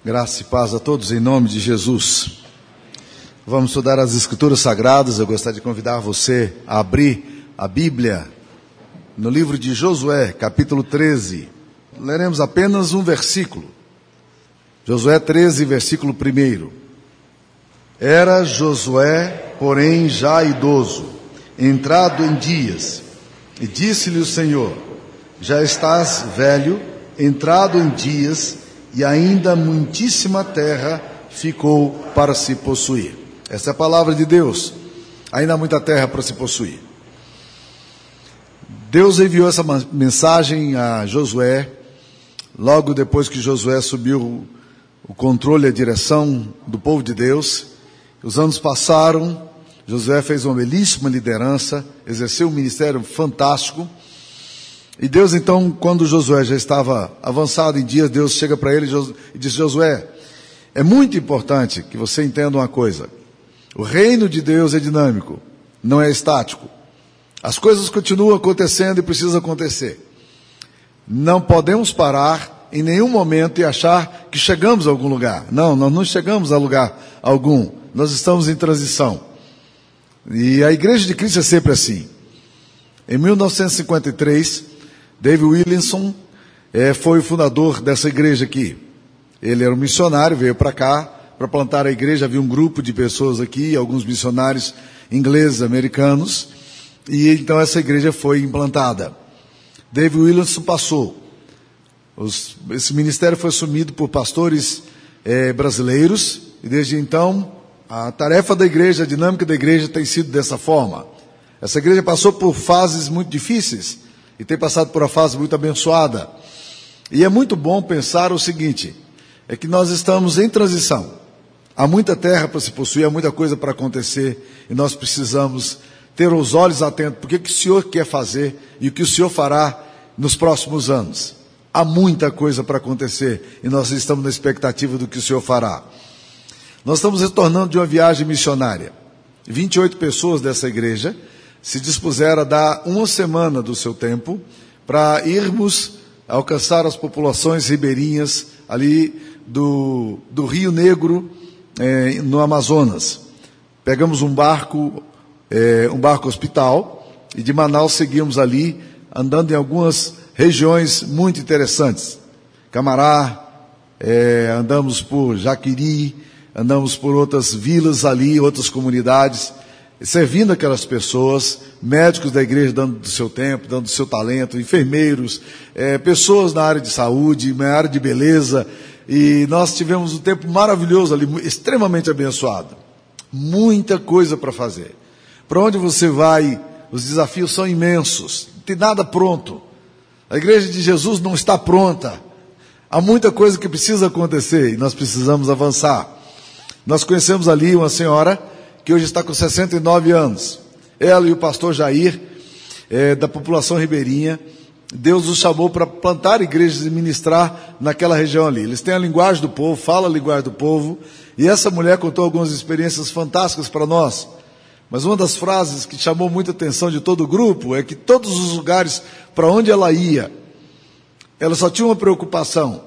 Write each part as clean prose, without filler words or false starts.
Graça e paz a todos em nome de Jesus. Vamos estudar as Escrituras Sagradas. Eu gostaria de convidar você a abrir a Bíblia no livro de Josué, capítulo 13. Leremos apenas um versículo. Josué 13, versículo 1. Era Josué, porém, já idoso, entrado em dias, e disse-lhe o Senhor: já estás velho, entrado em dias, e ainda muitíssima terra ficou para se possuir. Essa é a palavra de Deus. Ainda há muita terra para se possuir. Deus enviou essa mensagem a Josué, logo depois que Josué assumiu o controle e a direção do povo de Deus. Os anos passaram, Josué fez uma belíssima liderança, exerceu um ministério fantástico. E Deus então, quando Josué já estava avançado em dias, Deus chega para ele e diz: Josué, é muito importante que você entenda uma coisa. O reino de Deus é dinâmico, não é estático. As coisas continuam acontecendo e precisam acontecer. Não podemos parar em nenhum momento e achar que chegamos a algum lugar. Não, nós não chegamos a lugar algum. Nós estamos em transição. E a Igreja de Cristo é sempre assim. Em 1953, David Williamson foi o fundador dessa igreja aqui. Ele era um missionário, veio para cá para plantar a igreja. Havia um grupo de pessoas aqui, alguns missionários ingleses, americanos, e então essa igreja foi implantada. David Williamson passou. Esse ministério foi assumido por pastores brasileiros, e desde então a tarefa da igreja, a dinâmica da igreja tem sido dessa forma. Essa igreja passou por fases muito difíceis, e tem passado por uma fase muito abençoada. E é muito bom pensar o seguinte, é que nós estamos em transição. Há muita terra para se possuir, há muita coisa para acontecer, e nós precisamos ter os olhos atentos, porque o que o Senhor quer fazer e o que o Senhor fará nos próximos anos. Há muita coisa para acontecer, e nós estamos na expectativa do que o Senhor fará. Nós estamos retornando de uma viagem missionária. 28 pessoas dessa igreja se dispuseram a dar uma semana do seu tempo para irmos alcançar as populações ribeirinhas ali do Rio Negro, no Amazonas. Pegamos um barco hospital, e de Manaus seguimos ali, andando em algumas regiões muito interessantes. Camará, andamos por Jaquiri, andamos por outras vilas ali, outras comunidades, servindo aquelas pessoas, médicos da igreja dando do seu tempo, dando do seu talento, enfermeiros, pessoas na área de saúde, na área de beleza, e nós tivemos um tempo maravilhoso ali, extremamente abençoado. Muita coisa para fazer. Para onde você vai, os desafios são imensos, não tem nada pronto. A igreja de Jesus não está pronta. Há muita coisa que precisa acontecer, e nós precisamos avançar. Nós conhecemos ali uma senhora que hoje está com 69 anos. Ela e o pastor Jair, da população ribeirinha, Deus os chamou para plantar igrejas e ministrar naquela região ali. Eles têm a linguagem do povo, falam a linguagem do povo, e essa mulher contou algumas experiências fantásticas para nós. Mas uma das frases que chamou muita atenção de todo o grupo é que todos os lugares para onde ela ia, ela só tinha uma preocupação: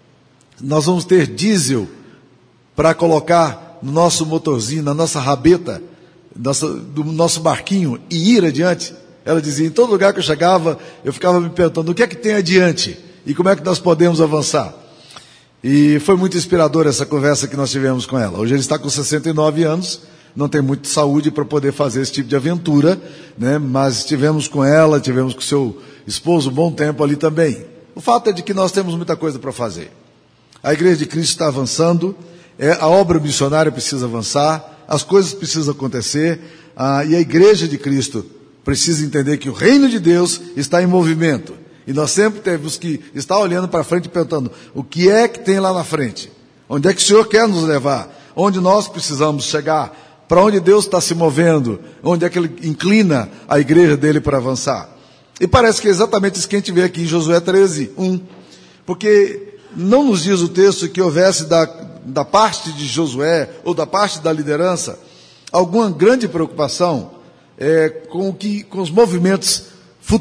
nós vamos ter diesel para colocar no nosso motorzinho, na nossa rabeta, do nosso barquinho, e ir adiante. Ela dizia: em todo lugar que eu chegava, eu ficava me perguntando o que é que tem adiante e como é que nós podemos avançar. E foi muito inspiradora essa conversa que nós tivemos com ela. Hoje ele está com 69 anos, não tem muita saúde para poder fazer esse tipo de aventura, né? Mas estivemos com ela, tivemos com seu esposo um bom tempo ali também. O fato é de que nós temos muita coisa para fazer. A Igreja de Cristo está avançando, a obra missionária precisa avançar, as coisas precisam acontecer, e a Igreja de Cristo precisa entender que o reino de Deus está em movimento. E nós sempre temos que estar olhando para frente e perguntando: o que é que tem lá na frente? Onde é que o Senhor quer nos levar? Onde nós precisamos chegar? Para onde Deus está se movendo? Onde é que Ele inclina a igreja dele para avançar? E parece que é exatamente isso que a gente vê aqui em Josué 13, 1. Porque não nos diz o texto que houvesse da parte de Josué, ou da parte da liderança, alguma grande preocupação com os movimentos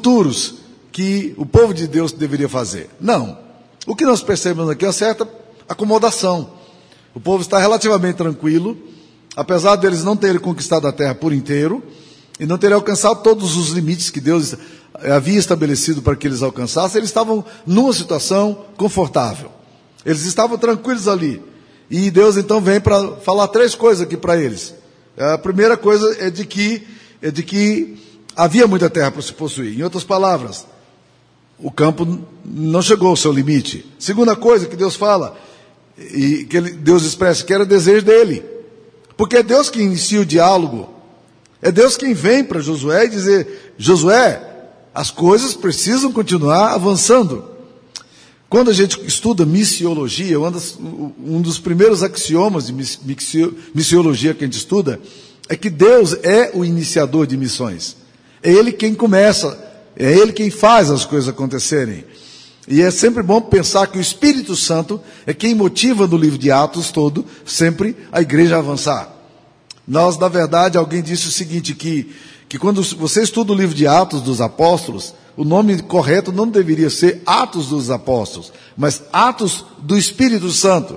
futuros que o povo de Deus deveria fazer. Não. O que nós percebemos aqui é uma certa acomodação. O povo está relativamente tranquilo, apesar deles não terem conquistado a terra por inteiro e não terem alcançado todos os limites que Deus havia estabelecido para que eles alcançassem. Eles estavam numa situação confortável. Eles estavam tranquilos ali. E Deus então vem para falar 3 coisas aqui para eles. A primeira coisa é de que havia muita terra para se possuir. Em outras palavras, o campo não chegou ao seu limite. Segunda coisa que Deus fala, e que Deus expressa, que era desejo dele. Porque é Deus que inicia o diálogo. É Deus quem vem para Josué e dizer: Josué, as coisas continuar avançando. Quando a gente estuda missiologia, um dos primeiros axiomas de missiologia que a gente estuda é que Deus é o iniciador de missões. É Ele quem começa, é Ele quem faz as coisas acontecerem. E é sempre bom pensar que o Espírito Santo é quem motiva no livro de Atos todo, sempre a igreja a avançar. Nós, na verdade, alguém disse o seguinte, que quando você estuda o livro de Atos dos Apóstolos, o nome correto não deveria ser Atos dos Apóstolos, mas Atos do Espírito Santo.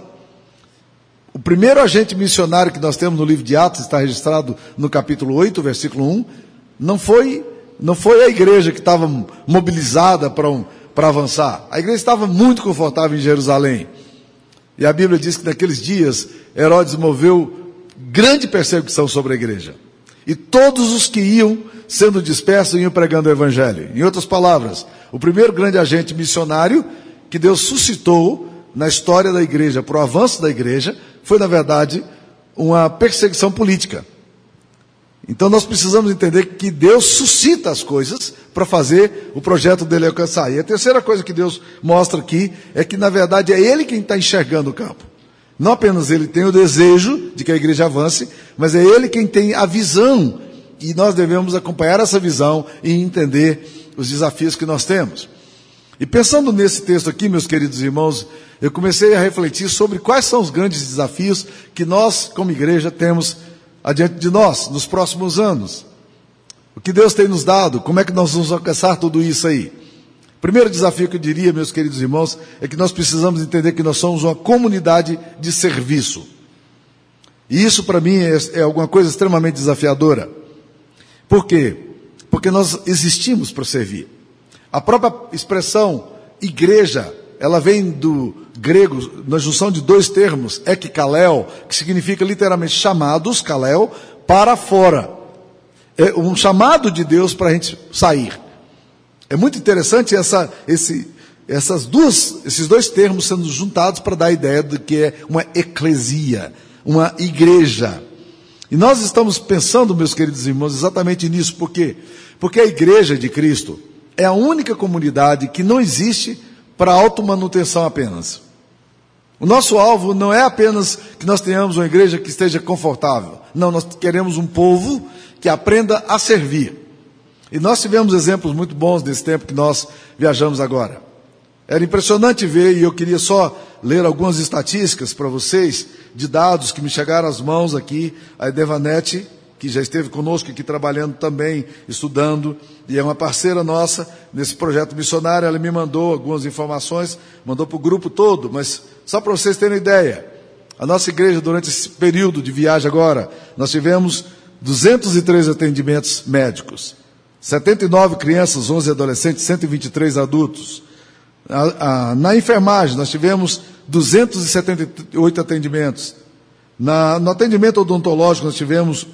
O primeiro agente missionário que nós temos no livro de Atos, está registrado no capítulo 8, versículo 1, não foi a igreja que estava mobilizada para avançar. A igreja estava muito confortável em Jerusalém. E a Bíblia diz que naqueles dias Herodes moveu grande perseguição sobre a igreja. E todos os que iam sendo dispersos iam pregando o evangelho. Em outras palavras, o primeiro grande agente missionário que Deus suscitou na história da igreja, para o avanço da igreja, foi na verdade uma perseguição política. Então nós precisamos entender que Deus suscita as coisas para fazer o projeto dele alcançar. E a terceira coisa que Deus mostra aqui é que na verdade é Ele quem está enxergando o campo. Não apenas Ele tem o desejo de que a igreja avance, mas é Ele quem tem a visão. E nós devemos acompanhar essa visão e entender os desafios que nós temos. E pensando nesse texto aqui, meus queridos irmãos, eu comecei a refletir sobre quais são os grandes desafios que nós, como igreja, temos adiante de nós, nos próximos anos. O que Deus tem nos dado, como é que nós vamos alcançar tudo isso aí? O primeiro desafio que eu diria, meus queridos irmãos, é que nós precisamos entender que nós somos uma comunidade de serviço. E isso para mim é alguma coisa extremamente desafiadora. Por quê? Porque nós existimos para servir. A própria expressão igreja, ela vem do grego, na junção de 2 termos, ekkaleo, que significa literalmente chamados, kaleo, para fora. É um chamado de Deus para a gente sair. É muito interessante esses 2 termos sendo juntados para dar a ideia de que é uma eclesia, uma igreja. E nós estamos pensando, meus queridos irmãos, exatamente nisso. Por quê? Porque a igreja de Cristo é a única comunidade que não existe para automanutenção apenas. O nosso alvo não é apenas que nós tenhamos uma igreja que esteja confortável. Não, nós queremos um povo que aprenda a servir. E nós tivemos exemplos muito bons desse tempo que nós viajamos agora. Era impressionante ver, e eu queria só ler algumas estatísticas para vocês, de dados que me chegaram às mãos aqui. A Edevanete, que já esteve conosco aqui trabalhando também, estudando, e é uma parceira nossa nesse projeto missionário. Ela me mandou algumas informações, mandou para o grupo todo, mas só para vocês terem ideia, a nossa igreja, durante esse período de viagem agora, nós tivemos 203 atendimentos médicos, 79 crianças, 11 adolescentes, 123 adultos. Na enfermagem, nós tivemos 278 atendimentos. No atendimento odontológico, nós tivemos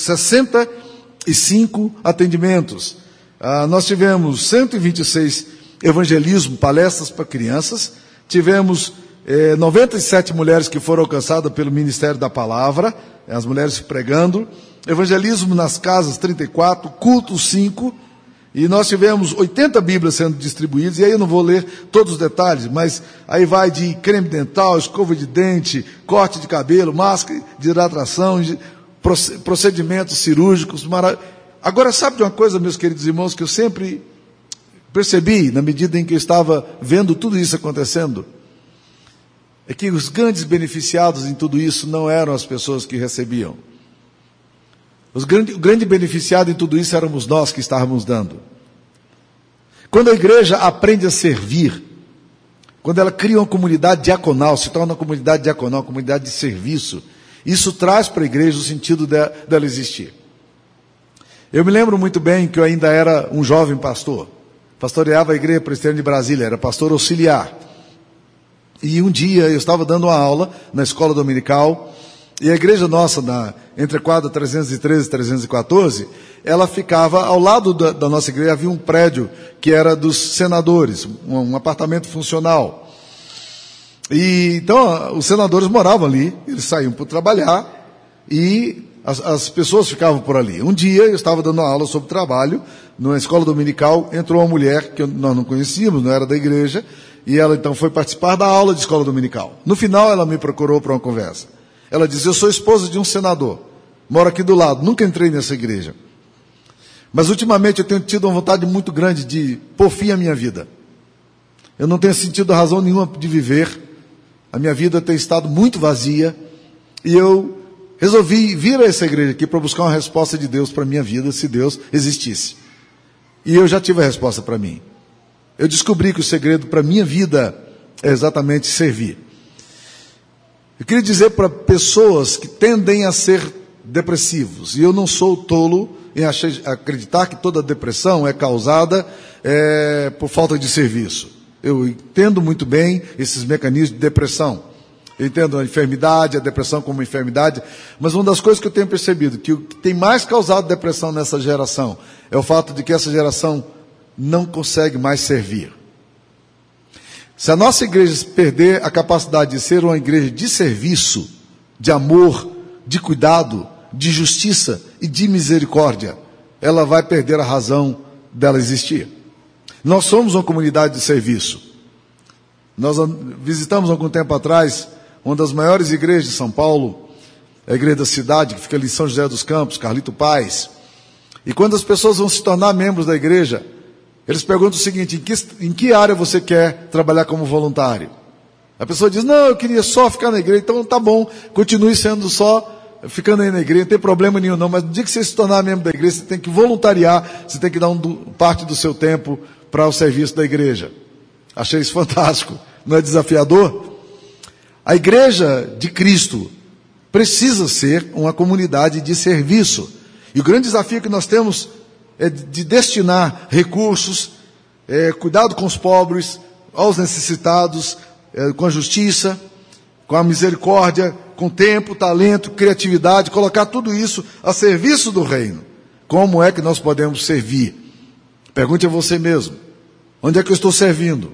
65 atendimentos. Nós tivemos 126 evangelismo, palestras para crianças. Tivemos 97 mulheres que foram alcançadas pelo Ministério da Palavra, as mulheres pregando. Evangelismo nas casas, 34, cultos, 5. E nós tivemos 80 Bíblias sendo distribuídas, e aí eu não vou ler todos os detalhes, mas aí vai de creme dental, escova de dente, corte de cabelo, máscara de hidratação, procedimentos cirúrgicos. Agora, sabe de uma coisa, meus queridos irmãos, que eu sempre percebi, na medida em que eu estava vendo tudo isso acontecendo? É que os grandes beneficiados em tudo isso não eram as pessoas que recebiam. O grande beneficiado em tudo isso éramos nós que estávamos dando. Quando a igreja aprende a servir, quando ela cria uma comunidade diaconal, se torna uma comunidade diaconal, uma comunidade de serviço, isso traz para a igreja o sentido dela existir. Eu me lembro muito bem que eu ainda era um jovem pastor, pastoreava a Igreja Presbiteriana de Brasília, era pastor auxiliar. E um dia eu estava dando uma aula na escola dominical, e a igreja nossa, entre a quadra 313 e 314, ela ficava ao lado da nossa igreja, havia um prédio que era dos senadores, um apartamento funcional. E então os senadores moravam ali, eles saíam para trabalhar e as pessoas ficavam por ali. Um dia eu estava dando uma aula sobre trabalho, numa escola dominical, entrou uma mulher que nós não conhecíamos, não era da igreja, e ela então foi participar da aula de escola dominical. No final ela me procurou para uma conversa. Ela disse: eu sou esposa de um senador, moro aqui do lado, nunca entrei nessa igreja. Mas ultimamente eu tenho tido uma vontade muito grande de pôr fim à minha vida. Eu não tenho sentido razão nenhuma de viver, a minha vida tem estado muito vazia, e eu resolvi vir a essa igreja aqui para buscar uma resposta de Deus para a minha vida, se Deus existisse. E eu já tive a resposta para mim. Eu descobri que o segredo para a minha vida é exatamente servir. Eu queria dizer para pessoas que tendem a ser depressivos, e eu não sou tolo em acreditar que toda depressão é causada por falta de serviço. Eu entendo muito bem esses mecanismos de depressão. Eu entendo a enfermidade, a depressão como enfermidade, mas uma das coisas que eu tenho percebido, que o que tem mais causado depressão nessa geração, é o fato de que essa geração não consegue mais servir. Se a nossa igreja perder a capacidade de ser uma igreja de serviço, de amor, de cuidado, de justiça e de misericórdia, ela vai perder a razão dela existir. Nós somos uma comunidade de serviço. Nós visitamos algum tempo atrás uma das maiores igrejas de São Paulo, a igreja da cidade, que fica ali em São José dos Campos, Carlito Paz. E quando as pessoas vão se tornar membros da igreja, eles perguntam o seguinte: em que área você quer trabalhar como voluntário? A pessoa diz: não, eu queria só ficar na igreja. Então tá bom, continue sendo só, ficando aí na igreja, não tem problema nenhum não, mas no dia que você se tornar membro da igreja, você tem que voluntariar, você tem que dar parte do seu tempo para o serviço da igreja. Achei isso fantástico, não é desafiador? A igreja de Cristo precisa ser uma comunidade de serviço. E o grande desafio que nós temos é de destinar recursos, cuidado com os pobres, aos necessitados, com a justiça, com a misericórdia, com tempo, talento, criatividade, colocar tudo isso a serviço do reino. Como é que nós podemos servir? Pergunte a você mesmo: onde é que eu estou servindo?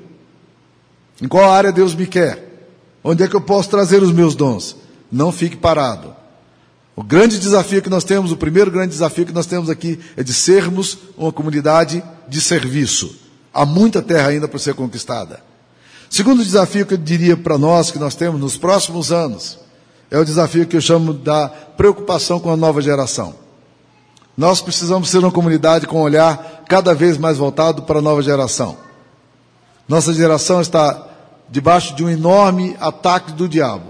Em qual área Deus me quer? Onde é que eu posso trazer os meus dons? Não fique parado. O grande desafio que nós temos, o primeiro grande desafio que nós temos aqui, é de sermos uma comunidade de serviço. Há muita terra ainda para ser conquistada. Segundo desafio que eu diria para nós, que nós temos nos próximos anos, é o desafio que eu chamo da preocupação com a nova geração. Nós precisamos ser uma comunidade com um olhar cada vez mais voltado para a nova geração. Nossa geração está debaixo de um enorme ataque do diabo.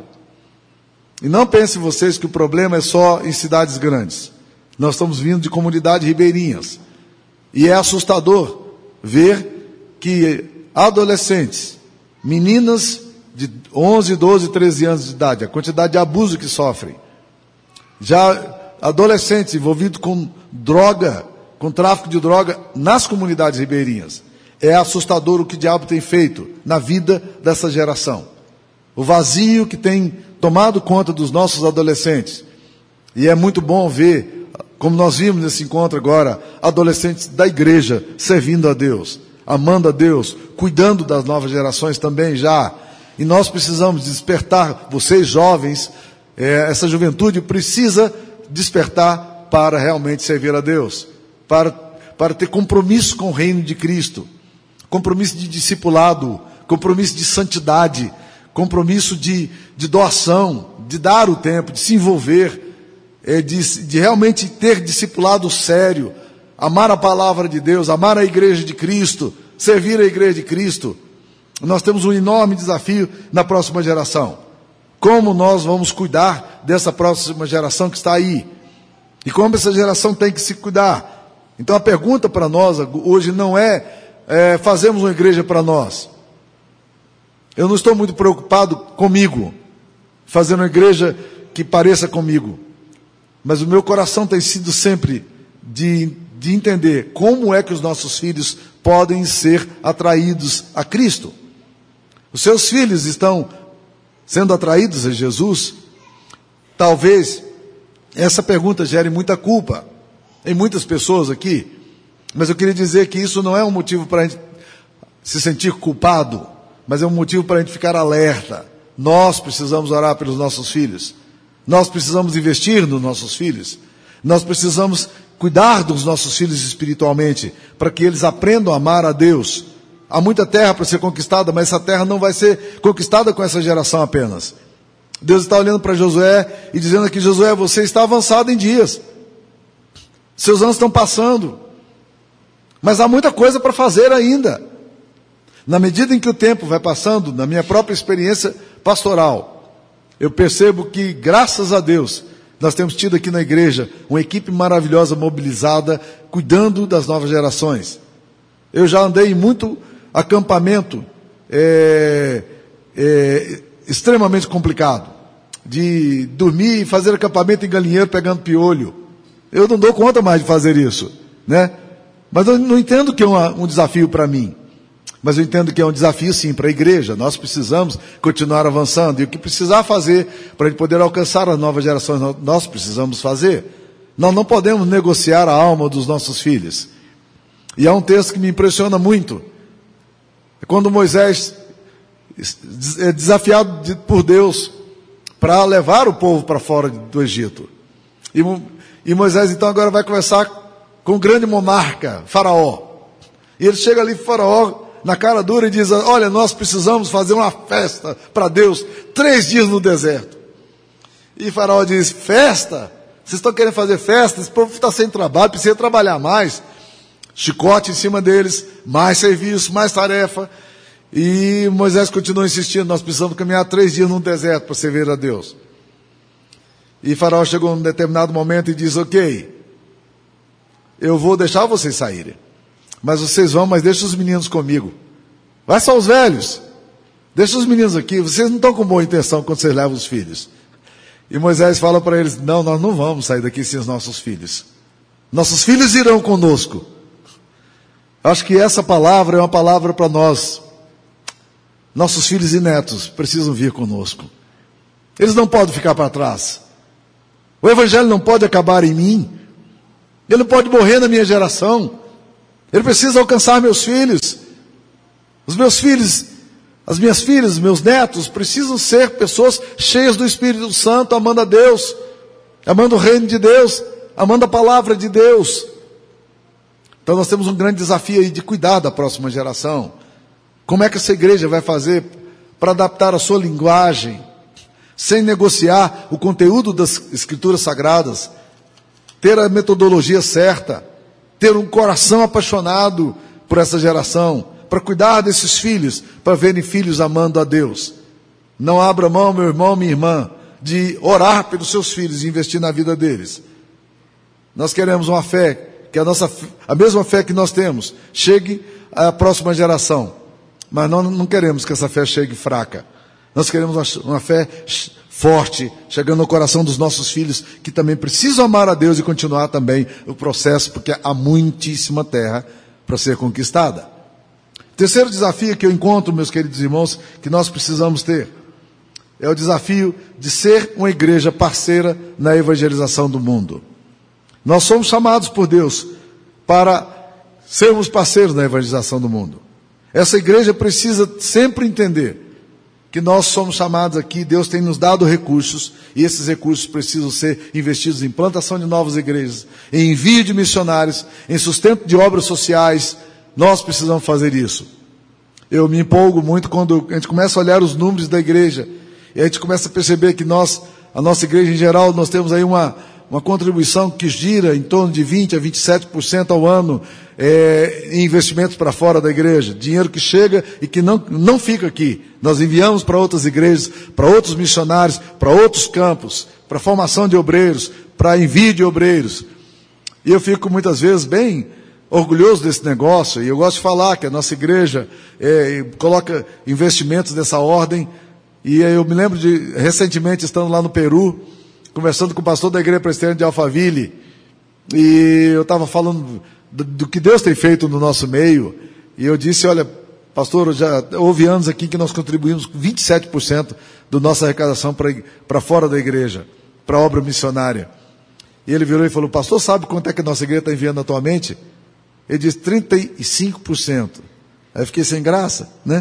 E não pensem vocês que o problema é só em cidades grandes. Nós estamos vindo de comunidades ribeirinhas. E é assustador ver que adolescentes, meninas de 11, 12, 13 anos de idade, a quantidade de abuso que sofrem. Já adolescentes envolvidos com droga, com tráfico de droga nas comunidades ribeirinhas. É assustador o que o diabo tem feito na vida dessa geração. O vazio que tem tomado conta dos nossos adolescentes. E é muito bom ver, como nós vimos nesse encontro agora, adolescentes da igreja servindo a Deus, amando a Deus, cuidando das novas gerações também já. E nós precisamos despertar, vocês jovens, essa juventude precisa despertar para realmente servir a Deus, para ter compromisso com o reino de Cristo, compromisso de discipulado, compromisso de santidade, compromisso de doação, de dar o tempo, de se envolver, de realmente ter discipulado sério, amar a palavra de Deus, amar a igreja de Cristo, servir a igreja de Cristo. Nós temos um enorme desafio na próxima geração. Como nós vamos cuidar dessa próxima geração que está aí? E como essa geração tem que se cuidar? Então a pergunta para nós hoje não fazemos uma igreja para nós. Eu não estou muito preocupado comigo, fazendo uma igreja que pareça comigo. Mas o meu coração tem sido sempre de entender como é que os nossos filhos podem ser atraídos a Cristo. Os seus filhos estão sendo atraídos a Jesus? Talvez essa pergunta gere muita culpa em muitas pessoas aqui, mas eu queria dizer que isso não é um motivo para a gente se sentir culpado, mas é um motivo para a gente ficar alerta. Nós precisamos orar pelos nossos filhos, nós precisamos investir nos nossos filhos, nós precisamos cuidar dos nossos filhos espiritualmente, para que eles aprendam a amar a Deus. Há muita terra para ser conquistada, mas essa terra não vai ser conquistada com essa geração apenas. Deus está olhando para Josué e dizendo aqui: Josué, você está avançado em dias, seus anos estão passando, mas há muita coisa para fazer ainda. Na medida em que o tempo vai passando, na minha própria experiência pastoral, eu percebo que, graças a Deus, nós temos tido aqui na igreja uma equipe maravilhosa, mobilizada, cuidando das novas gerações. Eu já andei em muito acampamento extremamente complicado, de dormir e fazer acampamento em galinheiro pegando piolho. Eu não dou conta mais de fazer isso, né? Mas eu não entendo que é um desafio para mim. Mas eu entendo que é um desafio sim para a igreja. Nós precisamos continuar avançando. E o que precisar fazer para a gente poder alcançar as novas gerações, nós precisamos fazer. Nós não podemos negociar a alma dos nossos filhos. E há um texto que me impressiona muito. É quando Moisés é desafiado por Deus para levar o povo para fora do Egito. E Moisés então agora vai conversar com o grande monarca, Faraó. E ele chega ali para Faraó na cara dura e diz: olha, nós precisamos fazer uma festa para Deus, 3 dias no deserto. E Faraó diz: festa? Vocês estão querendo fazer festa? Esse povo está sem trabalho, precisa trabalhar mais. Chicote em cima deles, mais serviço, mais tarefa. E Moisés continua insistindo: nós precisamos caminhar 3 dias no deserto para servir a Deus. E Faraó chegou num determinado momento e diz: ok, eu vou deixar vocês saírem, mas vocês vão, mas deixa os meninos comigo. Vai só os velhos, deixa os meninos aqui, vocês não estão com boa intenção quando vocês levam os filhos. E Moisés fala para eles: não, nós não vamos sair daqui sem os nossos filhos. Nossos filhos irão conosco. Acho que essa palavra é uma palavra para nós. Nossos filhos e netos precisam vir conosco. Eles não podem ficar para trás. O evangelho não pode acabar em mim. Ele não pode morrer na minha geração. Ele precisa alcançar meus filhos. Os meus filhos, as minhas filhas, os meus netos precisam ser pessoas cheias do Espírito Santo, amando a Deus, amando o reino de Deus, amando a palavra de Deus. Então nós temos um grande desafio aí de cuidar da próxima geração. Como é que essa igreja vai fazer para adaptar a sua linguagem, sem negociar o conteúdo das Escrituras Sagradas, ter a metodologia certa, ter um coração apaixonado por essa geração, para cuidar desses filhos, para verem filhos amando a Deus. Não abra mão, meu irmão, minha irmã, de orar pelos seus filhos e investir na vida deles. Nós queremos uma fé, que a mesma fé que nós temos, chegue à próxima geração. Mas nós não queremos que essa fé chegue fraca. Nós queremos uma fé forte, chegando ao coração dos nossos filhos, que também precisam amar a Deus e continuar também o processo, porque há muitíssima terra para ser conquistada. Terceiro desafio que eu encontro, meus queridos irmãos, que nós precisamos ter, é o desafio de ser uma igreja parceira na evangelização do mundo. Nós somos chamados por Deus para sermos parceiros na evangelização do mundo. Essa igreja precisa sempre entender que nós somos chamados aqui, Deus tem nos dado recursos, e esses recursos precisam ser investidos em plantação de novas igrejas, em envio de missionários, em sustento de obras sociais. Nós precisamos fazer isso. Eu me empolgo muito quando a gente começa a olhar os números da igreja, e a gente começa a perceber que a nossa igreja em geral, nós temos aí uma contribuição que gira em torno de 20% a 27% ao ano em investimentos para fora da igreja. Dinheiro que chega e que não fica aqui. Nós enviamos para outras igrejas, para outros missionários, para outros campos, para formação de obreiros, para envio de obreiros. E eu fico muitas vezes bem orgulhoso desse negócio, e eu gosto de falar que a nossa igreja coloca investimentos dessa ordem. E eu me lembro de, recentemente, estando lá no Peru, conversando com o pastor da igreja presbiteriana de Alphaville, e eu estava falando do que Deus tem feito no nosso meio, e eu disse, olha, pastor, já houve anos aqui que nós contribuímos 27% da nossa arrecadação para fora da igreja, para a obra missionária. E ele virou e falou, pastor, sabe quanto é que a nossa igreja está enviando atualmente? Ele disse, 35%. Aí eu fiquei sem graça, né?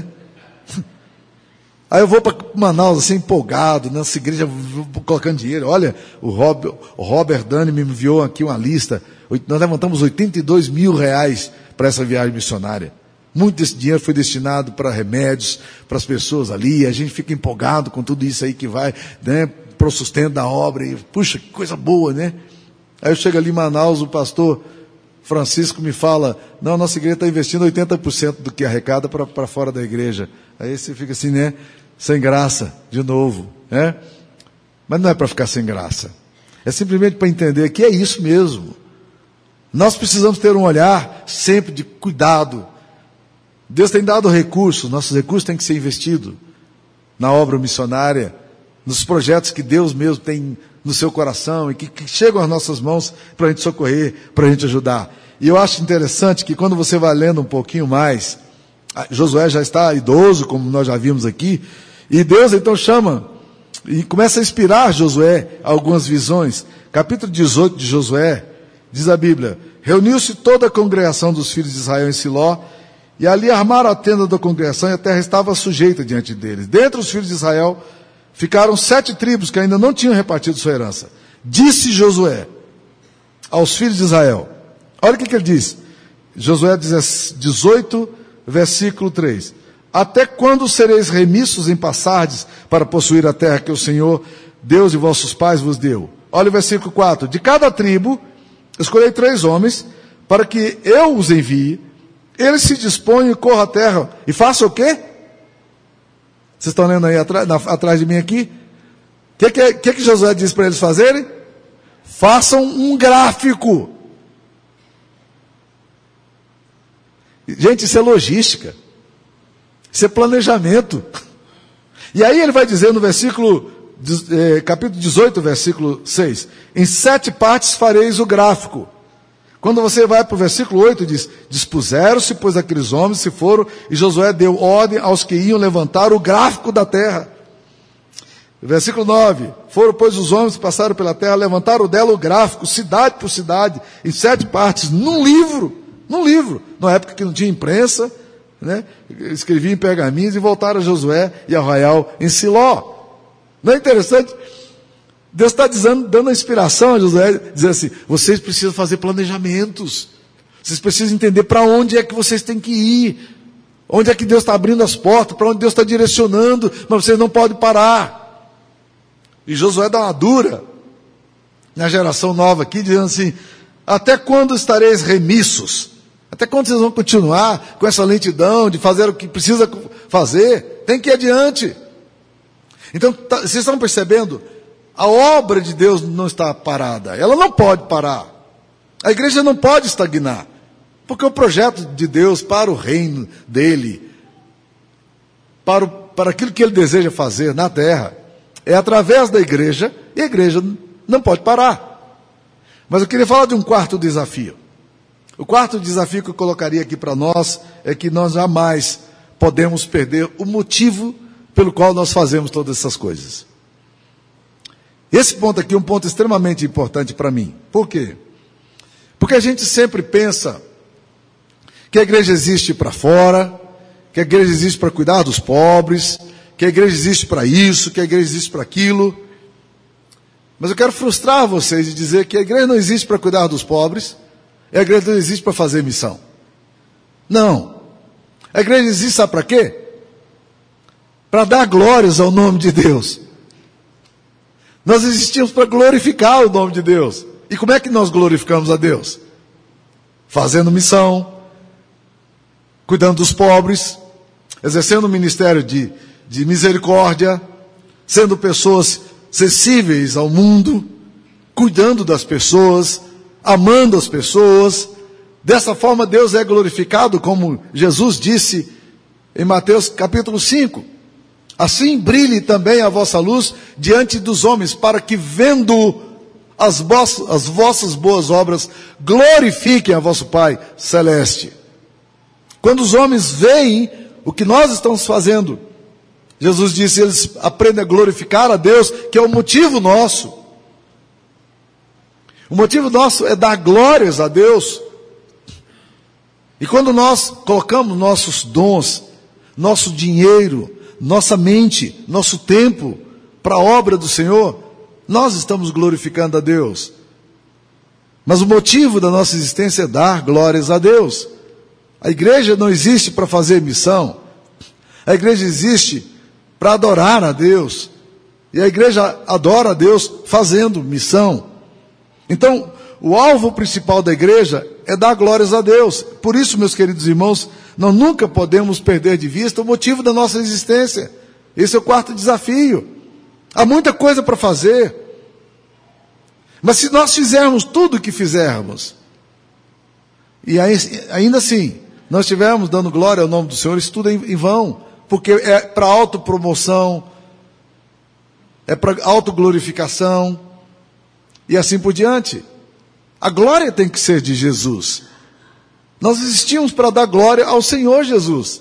Aí eu vou para Manaus, assim, empolgado, nessa igreja, colocando dinheiro. Olha, o Robert Dani me enviou aqui uma lista. Nós levantamos R$82 mil para essa viagem missionária. Muito desse dinheiro foi destinado para remédios, para as pessoas ali. A gente fica empolgado com tudo isso aí que vai, né, para o sustento da obra. E, puxa, que coisa boa, né? Aí eu chego ali em Manaus, o pastor Francisco me fala, não, nossa igreja está investindo 80% do que arrecada para fora da igreja. Aí você fica assim, né, sem graça, de novo, né? Mas não é para ficar sem graça. É simplesmente para entender que é isso mesmo. Nós precisamos ter um olhar sempre de cuidado. Deus tem dado recursos, nossos recursos têm que ser investidos na obra missionária, nos projetos que Deus mesmo tem no seu coração e que chegam às nossas mãos para a gente socorrer, para a gente ajudar. E eu acho interessante que quando você vai lendo um pouquinho mais, Josué já está idoso, como nós já vimos aqui, e Deus então chama e começa a inspirar Josué algumas visões. Capítulo 18 de Josué, diz a Bíblia, reuniu-se toda a congregação dos filhos de Israel em Siló, e ali armaram a tenda da congregação e a terra estava sujeita diante deles. Dentre os filhos de Israel ficaram 7 tribos que ainda não tinham repartido sua herança. Disse Josué aos filhos de Israel, olha o que ele diz, Josué 18, versículo 3, até quando sereis remissos em passardes para possuir a terra que o Senhor, Deus de vossos pais vos deu? Olha o versículo 4, de cada tribo escolhei 3 homens para que eu os envie, eles se dispõem e corram a terra e façam o quê? Vocês estão lendo aí atrás de mim aqui? O que Josué diz para eles fazerem? Façam um gráfico. Gente, isso é logística. Isso é planejamento. E aí ele vai dizer no capítulo 18, versículo 6, em 7 partes fareis o gráfico. Quando você vai para o versículo 8, diz, dispuseram-se, pois aqueles homens se foram, e Josué deu ordem aos que iam levantar o gráfico da terra. Versículo 9, foram, pois, os homens que passaram pela terra, levantaram dela o gráfico, cidade por cidade, em 7 partes, num livro, na época que não tinha imprensa, né? Escrevia em pergaminhos e voltaram a Josué e ao arraial em Siló. Não é interessante? Deus está dando a inspiração a Josué, dizendo assim, vocês precisam fazer planejamentos, vocês precisam entender para onde é que vocês têm que ir, onde é que Deus está abrindo as portas, para onde Deus está direcionando, mas vocês não podem parar. E Josué dá uma dura na geração nova aqui, dizendo assim, até quando estareis remissos? Até quando vocês vão continuar com essa lentidão de fazer o que precisa fazer? Tem que ir adiante. Então, vocês estão percebendo? A obra de Deus não está parada. Ela não pode parar. A igreja não pode estagnar. Porque o projeto de Deus para o reino dele, para aquilo que ele deseja fazer na terra, é através da igreja, e a igreja não pode parar. Mas eu queria falar de um quarto desafio. O quarto desafio que eu colocaria aqui para nós é que nós jamais podemos perder o motivo pelo qual nós fazemos todas essas coisas. Esse ponto aqui é um ponto extremamente importante para mim. Por quê? Porque a gente sempre pensa que a igreja existe para fora, que a igreja existe para cuidar dos pobres, que a igreja existe para isso, que a igreja existe para aquilo. Mas eu quero frustrar vocês e dizer que a igreja não existe para cuidar dos pobres, a igreja não existe para fazer missão. Não. A igreja existe, sabe para quê? Para dar glórias ao nome de Deus. Nós existimos para glorificar o nome de Deus. E como é que nós glorificamos a Deus? Fazendo missão, cuidando dos pobres, exercendo um ministério de misericórdia, sendo pessoas sensíveis ao mundo, cuidando das pessoas, amando as pessoas, Dessa forma Deus é glorificado, como Jesus disse em Mateus capítulo 5. Assim brilhe também a vossa luz diante dos homens, para que vendo as vossas boas obras, glorifiquem a vosso Pai celeste. Quando os homens veem o que nós estamos fazendo, Jesus disse, eles aprendem a glorificar a Deus, que é o motivo nosso. O motivo nosso é dar glórias a Deus. E quando nós colocamos nossos dons, nosso dinheiro, nossa mente, nosso tempo para a obra do Senhor, nós estamos glorificando a Deus. Mas o motivo da nossa existência é dar glórias a Deus. A igreja não existe para fazer missão. A igreja existe para adorar a Deus. E a igreja adora a Deus fazendo missão. Então, o alvo principal da igreja é dar glórias a Deus. Por isso, meus queridos irmãos, nós nunca podemos perder de vista o motivo da nossa existência. Esse é o quarto desafio. Há muita coisa para fazer. Mas se nós fizermos tudo o que fizermos, e ainda assim, nós estivermos dando glória ao nome do Senhor, isso tudo é em vão. Porque é para autopromoção, é para autoglorificação, e assim por diante. A glória tem que ser de Jesus. Nós existimos para dar glória ao Senhor Jesus.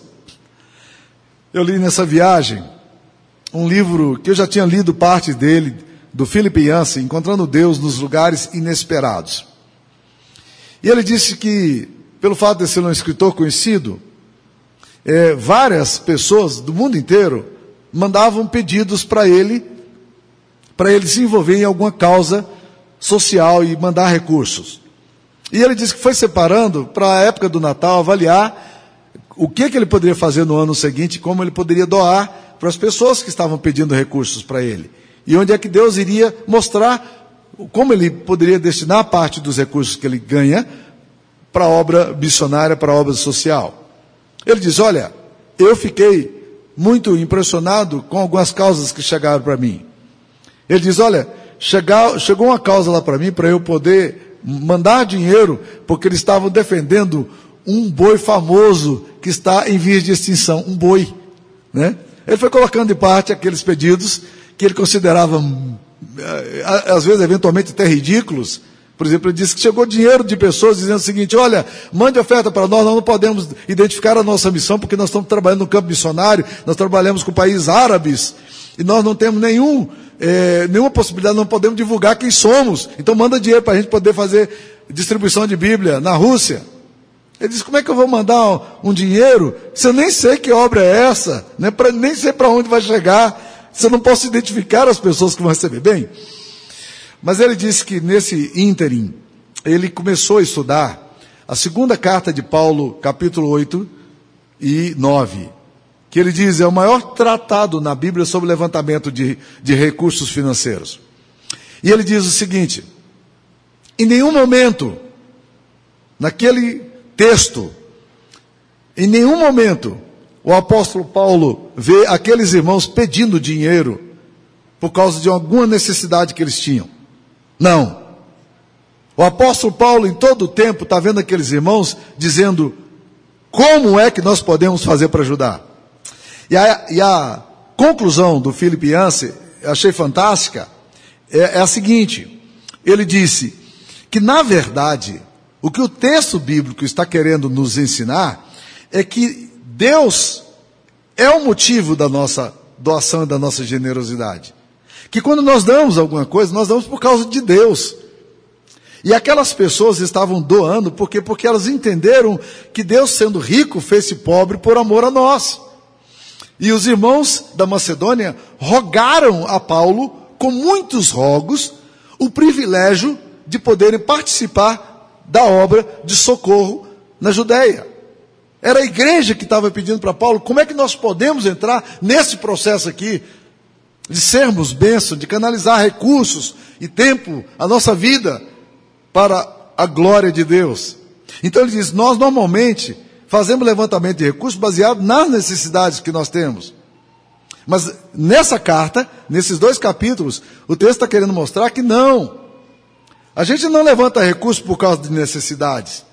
Eu li nessa viagem um livro que eu já tinha lido parte dele, do Philip Yancey, Encontrando Deus nos Lugares Inesperados. E ele disse que, pelo fato de ser um escritor conhecido, várias pessoas do mundo inteiro mandavam pedidos para ele se envolver em alguma causa social e mandar recursos. E ele disse que foi separando para a época do Natal, avaliar o que ele poderia fazer no ano seguinte, como ele poderia doar para as pessoas que estavam pedindo recursos para ele. E onde é que Deus iria mostrar como ele poderia destinar parte dos recursos que ele ganha para a obra missionária, para a obra social. Ele diz, olha, eu fiquei muito impressionado com algumas causas que chegaram para mim. Ele diz, olha, chegou uma causa lá para mim, para eu poder mandar dinheiro, porque eles estavam defendendo um boi famoso que está em vias de extinção, um boi, né? Ele foi colocando de parte aqueles pedidos que ele considerava, às vezes, eventualmente até ridículos. Por exemplo, ele disse que chegou dinheiro de pessoas dizendo o seguinte, olha, mande oferta para nós não podemos identificar a nossa missão, porque nós estamos trabalhando no campo missionário, nós trabalhamos com países árabes, e nós não temos nenhuma possibilidade, não podemos divulgar quem somos, então manda dinheiro para a gente poder fazer distribuição de Bíblia na Rússia. Ele disse, como é que eu vou mandar um dinheiro, se eu nem sei que obra é essa, né? Nem sei para onde vai chegar, se eu não posso identificar as pessoas que vão receber bem? Mas ele disse que nesse ínterim, ele começou a estudar a segunda carta de Paulo, capítulo 8 e 9, que ele diz, é o maior tratado na Bíblia sobre levantamento de recursos financeiros. E ele diz o seguinte, em nenhum momento, naquele texto, em nenhum momento, o apóstolo Paulo vê aqueles irmãos pedindo dinheiro por causa de alguma necessidade que eles tinham. Não. O apóstolo Paulo, em todo o tempo, está vendo aqueles irmãos dizendo, como é que nós podemos fazer para ajudar? E a conclusão do Philip Yancey, eu achei fantástica, é a seguinte, ele disse que, na verdade, o que o texto bíblico está querendo nos ensinar é que Deus é o motivo da nossa doação e da nossa generosidade. Que quando nós damos alguma coisa, nós damos por causa de Deus. E aquelas pessoas estavam doando porque elas entenderam que Deus, sendo rico, fez-se pobre por amor a nós. E os irmãos da Macedônia rogaram a Paulo, com muitos rogos, o privilégio de poderem participar da obra de socorro na Judeia. Era a igreja que estava pedindo para Paulo, como é que nós podemos entrar nesse processo aqui, de sermos bênção, de canalizar recursos e tempo, a nossa vida, para a glória de Deus. Então ele diz, nós normalmente fazemos levantamento de recursos baseado nas necessidades que nós temos. Mas nessa carta, nesses 2 capítulos, o texto está querendo mostrar que não. A gente não levanta recursos por causa de necessidades.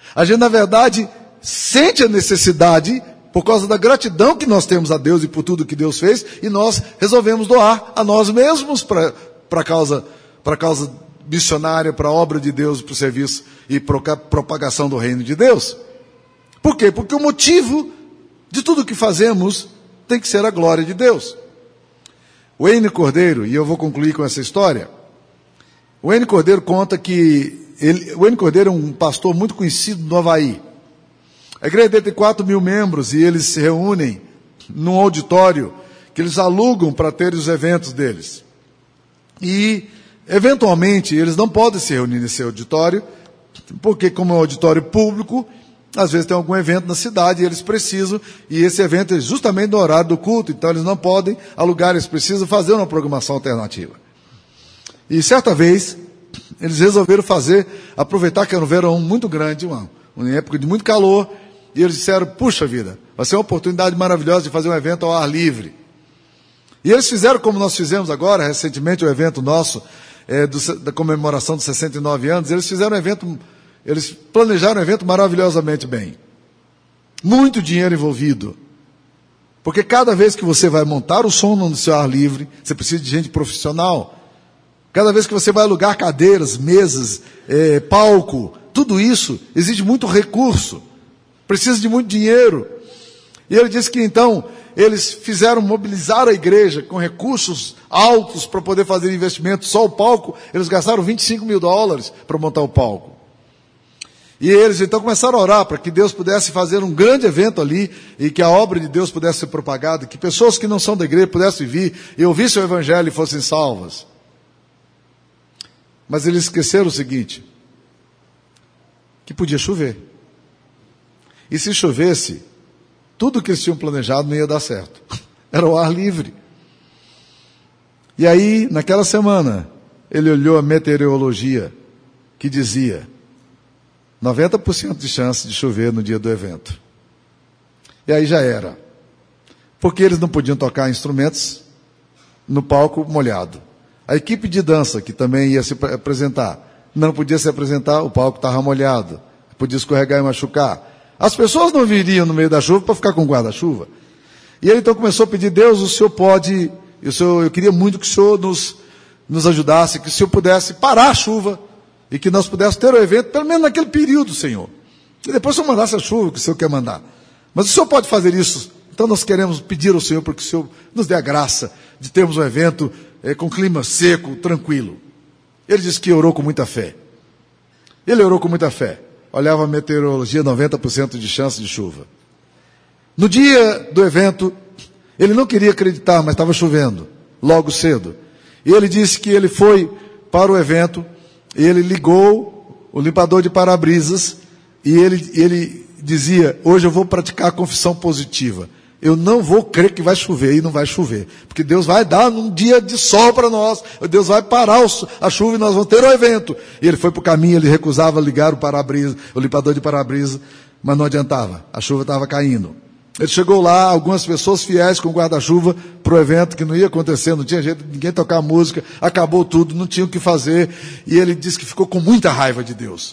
A gente, na verdade, sente a necessidade por causa da gratidão que nós temos a Deus e por tudo que Deus fez, e nós resolvemos doar a nós mesmos para a causa missionária, para a obra de Deus, para o serviço e para a propagação do reino de Deus. Por quê? Porque o motivo de tudo que fazemos tem que ser a glória de Deus. O Wayne Cordeiro, e eu vou concluir com essa história, o Wayne Cordeiro conta que o Wayne Cordeiro é um pastor muito conhecido no Havaí. A igreja dele tem 4.000 membros e eles se reúnem num auditório que eles alugam para ter os eventos deles. E, eventualmente, eles não podem se reunir nesse auditório, porque como é um auditório público, às vezes tem algum evento na cidade e eles precisam, e esse evento é justamente no horário do culto, então eles não podem alugar, eles precisam fazer uma programação alternativa. E certa vez, eles resolveram aproveitar que era um verão muito grande, uma época de muito calor, e eles disseram, puxa vida, vai ser uma oportunidade maravilhosa de fazer um evento ao ar livre. E eles fizeram como nós fizemos agora, recentemente, o evento nosso, da comemoração dos 69 anos, eles planejaram um evento maravilhosamente bem. Muito dinheiro envolvido. Porque cada vez que você vai montar o som no seu ar livre, você precisa de gente profissional. Cada vez que você vai alugar cadeiras, mesas, palco, tudo isso exige muito recurso. Precisa de muito dinheiro. E ele disse que então eles fizeram mobilizar a igreja com recursos altos para poder fazer investimento. Só o palco, eles gastaram $25 mil para montar o palco. E eles então começaram a orar para que Deus pudesse fazer um grande evento ali e que a obra de Deus pudesse ser propagada, que pessoas que não são da igreja pudessem vir e ouvissem o evangelho e fossem salvas. Mas eles esqueceram o seguinte, que podia chover. E se chovesse, tudo que eles tinham planejado não ia dar certo. Era o ar livre. E aí, naquela semana, ele olhou a meteorologia que dizia 90% de chance de chover no dia do evento. E aí já era. Porque eles não podiam tocar instrumentos no palco molhado. A equipe de dança, que também ia se apresentar, não podia se apresentar, o palco estava molhado. Podia escorregar e machucar. As pessoas não viriam no meio da chuva para ficar com guarda-chuva. E ele então começou a pedir, Deus, o Senhor pode, eu queria muito que o Senhor nos ajudasse, que o Senhor pudesse parar a chuva, e que nós pudéssemos ter o evento, pelo menos naquele período, Senhor. E depois o Senhor mandasse a chuva que o Senhor quer mandar. Mas o Senhor pode fazer isso. Então nós queremos pedir ao Senhor para que o Senhor nos dê a graça de termos um evento com clima seco, tranquilo. Ele disse que orou com muita fé. Ele orou com muita fé. Olhava a meteorologia, 90% de chance de chuva. No dia do evento, ele não queria acreditar, mas estava chovendo, logo cedo. E ele disse que ele foi para o evento, e ele ligou o limpador de para-brisas, e ele dizia, hoje eu vou praticar a confissão positiva. Eu não vou crer que vai chover, e não vai chover. Porque Deus vai dar um dia de sol para nós. Deus vai parar a chuva e nós vamos ter o evento. E ele foi para o caminho, ele recusava ligar o limpador de para-brisa, mas não adiantava. A chuva estava caindo. Ele chegou lá, algumas pessoas fiéis com guarda-chuva para o evento, que não ia acontecer, não tinha jeito de ninguém tocar música, acabou tudo, não tinha o que fazer. E ele disse que ficou com muita raiva de Deus.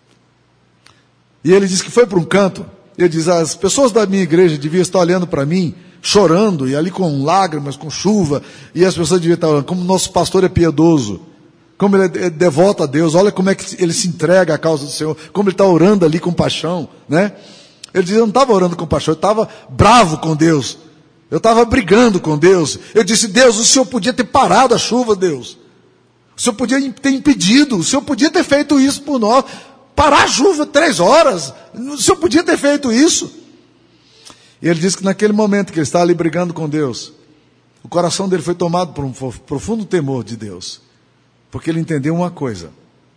E ele disse que foi para um canto. Ele diz, as pessoas da minha igreja deviam estar olhando para mim, chorando, e ali com lágrimas, com chuva, e as pessoas deviam estar olhando, como nosso pastor é piedoso, como ele é devoto a Deus, olha como é que ele se entrega à causa do Senhor, como ele está orando ali com paixão, né? Ele diz, eu não estava orando com paixão, eu estava bravo com Deus, eu estava brigando com Deus. Eu disse, Deus, o Senhor podia ter parado a chuva, Deus, o Senhor podia ter impedido, o Senhor podia ter feito isso por nós, parar a chuva 3 horas, o Senhor podia ter feito isso. E ele disse que naquele momento que ele estava ali brigando com Deus, o coração dele foi tomado por um profundo temor de Deus, porque ele entendeu uma coisa.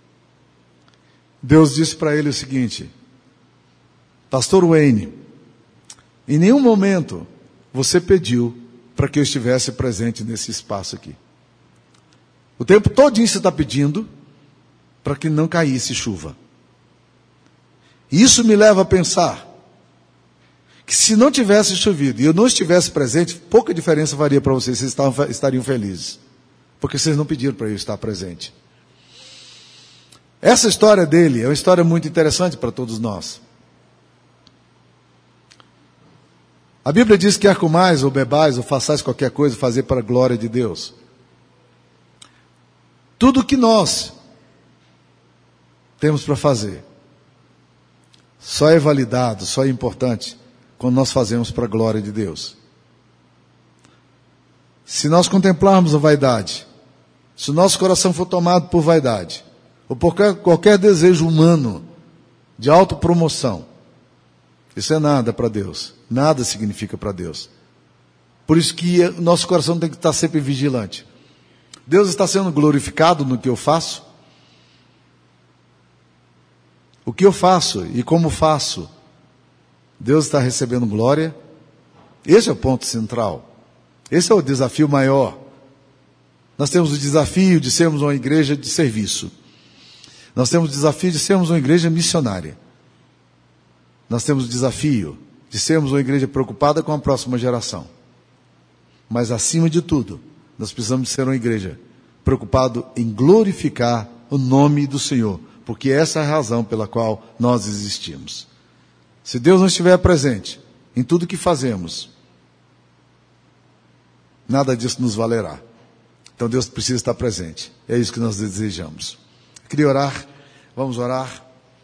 Deus disse para ele o seguinte, Pastor Wayne, em nenhum momento você pediu para que eu estivesse presente nesse espaço aqui. O tempo todinho você está pedindo para que não caísse chuva. Isso me leva a pensar que se não tivesse chovido e eu não estivesse presente, pouca diferença faria para vocês, vocês estariam felizes. Porque vocês não pediram para eu estar presente. Essa história dele é uma história muito interessante para todos nós. A Bíblia diz que quer comais ou bebais ou façais qualquer coisa, fazer para a glória de Deus. Tudo que nós temos para fazer só é validado, só é importante quando nós fazemos para a glória de Deus. Se nós contemplarmos a vaidade, se o nosso coração for tomado por vaidade, ou por qualquer desejo humano de autopromoção, isso é nada para Deus, nada significa para Deus. Por isso que o nosso coração tem que estar sempre vigilante. Deus está sendo glorificado no que eu faço? O que eu faço e como faço, Deus está recebendo glória? Esse é o ponto central. Esse é o desafio maior. Nós temos o desafio de sermos uma igreja de serviço. Nós temos o desafio de sermos uma igreja missionária. Nós temos o desafio de sermos uma igreja preocupada com a próxima geração. Mas acima de tudo, nós precisamos ser uma igreja preocupada em glorificar o nome do Senhor, porque essa é a razão pela qual nós existimos. Se Deus não estiver presente em tudo que fazemos, nada disso nos valerá. Então Deus precisa estar presente. É isso que nós desejamos. Eu queria orar. Vamos orar.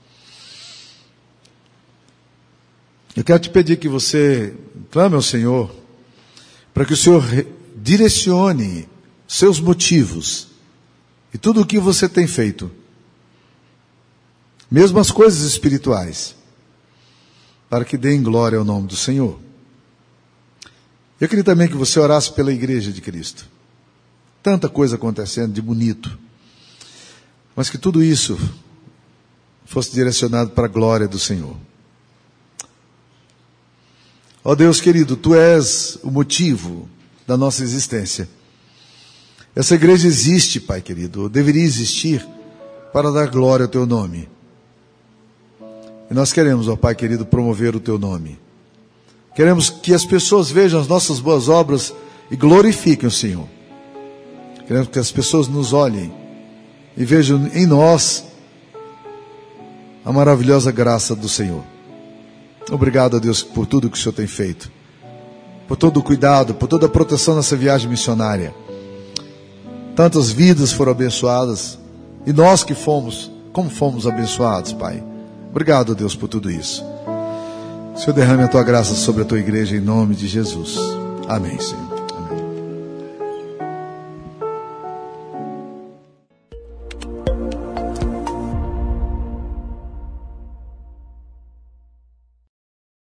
Eu quero te pedir que você clame ao Senhor, para que o Senhor direcione seus motivos e tudo o que você tem feito, mesmo as coisas espirituais, para que deem glória ao nome do Senhor. Eu queria também que você orasse pela igreja de Cristo. Tanta coisa acontecendo de bonito, mas que tudo isso fosse direcionado para a glória do Senhor. Ó Deus querido, Tu és o motivo da nossa existência. Essa igreja existe, Pai querido, deveria existir para dar glória ao Teu nome. E nós queremos, ó Pai querido, promover o Teu nome. Queremos que as pessoas vejam as nossas boas obras e glorifiquem o Senhor. Queremos que as pessoas nos olhem e vejam em nós a maravilhosa graça do Senhor. Obrigado a Deus por tudo que o Senhor tem feito, por todo o cuidado, por toda a proteção nessa viagem missionária. Tantas vidas foram abençoadas, e nós que fomos, como fomos abençoados, Pai. Obrigado a Deus por tudo isso. Senhor, derrame a Tua graça sobre a Tua igreja em nome de Jesus. Amém, Senhor.